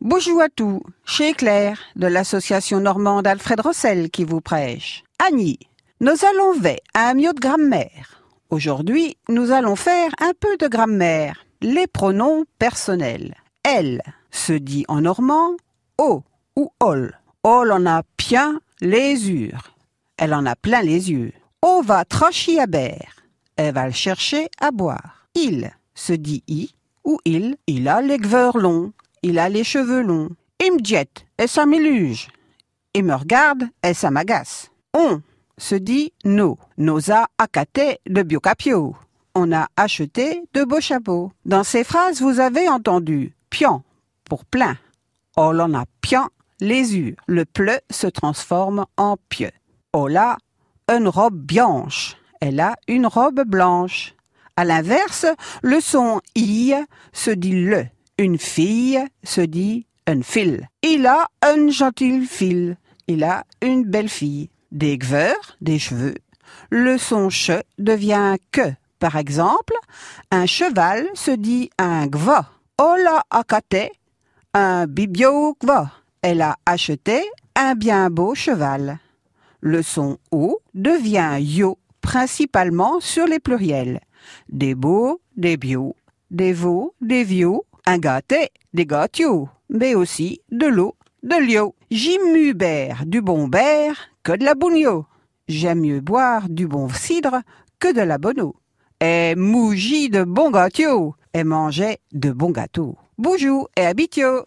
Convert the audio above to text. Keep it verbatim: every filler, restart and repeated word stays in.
Bonjour à tous, chez Claire, de l'association normande Alfred Rossel qui vous prêche. Annie, nous allons ver un mieux de grammaire. Aujourd'hui, nous allons faire un peu de grammaire. Les pronoms personnels. Elle se dit en normand o ou ol. Ol en a bien les yeux. Elle en a plein les yeux. O va tracher à berre. Elle va le chercher à boire. Il se dit i ou il. Il a les gveurs longs. Il a les cheveux longs. Il me jette et ça m'illuge. Il me regarde et ça m'agace. On se dit no. Nos a acheté de biocapio. On a acheté de beaux chapeaux. Dans ces phrases, vous avez entendu pian pour plein. On en a pian les yeux. Le pleu se transforme en pieux. On a une robe blanche. Elle a une robe blanche. À l'inverse, le son i se dit le. Une fille se dit une fille. Il a une gentille fille. Il a une belle fille. Des gveurs, des cheveux. Le son che devient que. Par exemple, un cheval se dit un gva. Ola akate, un bibio gva. Elle a acheté un bien beau cheval. Le son o devient yo, principalement sur les pluriels. Des beaux, des bio, des veaux, des vieux. Un gâté, des gâteaux, mais aussi de l'eau, de l'eau. J'aime mieux boire du bon beurre que de la bougno. J'aime mieux boire du bon cidre que de la bonne eau. Et mougi de bons gâteaux et manger de bons gâteaux. Bonjour et habitio.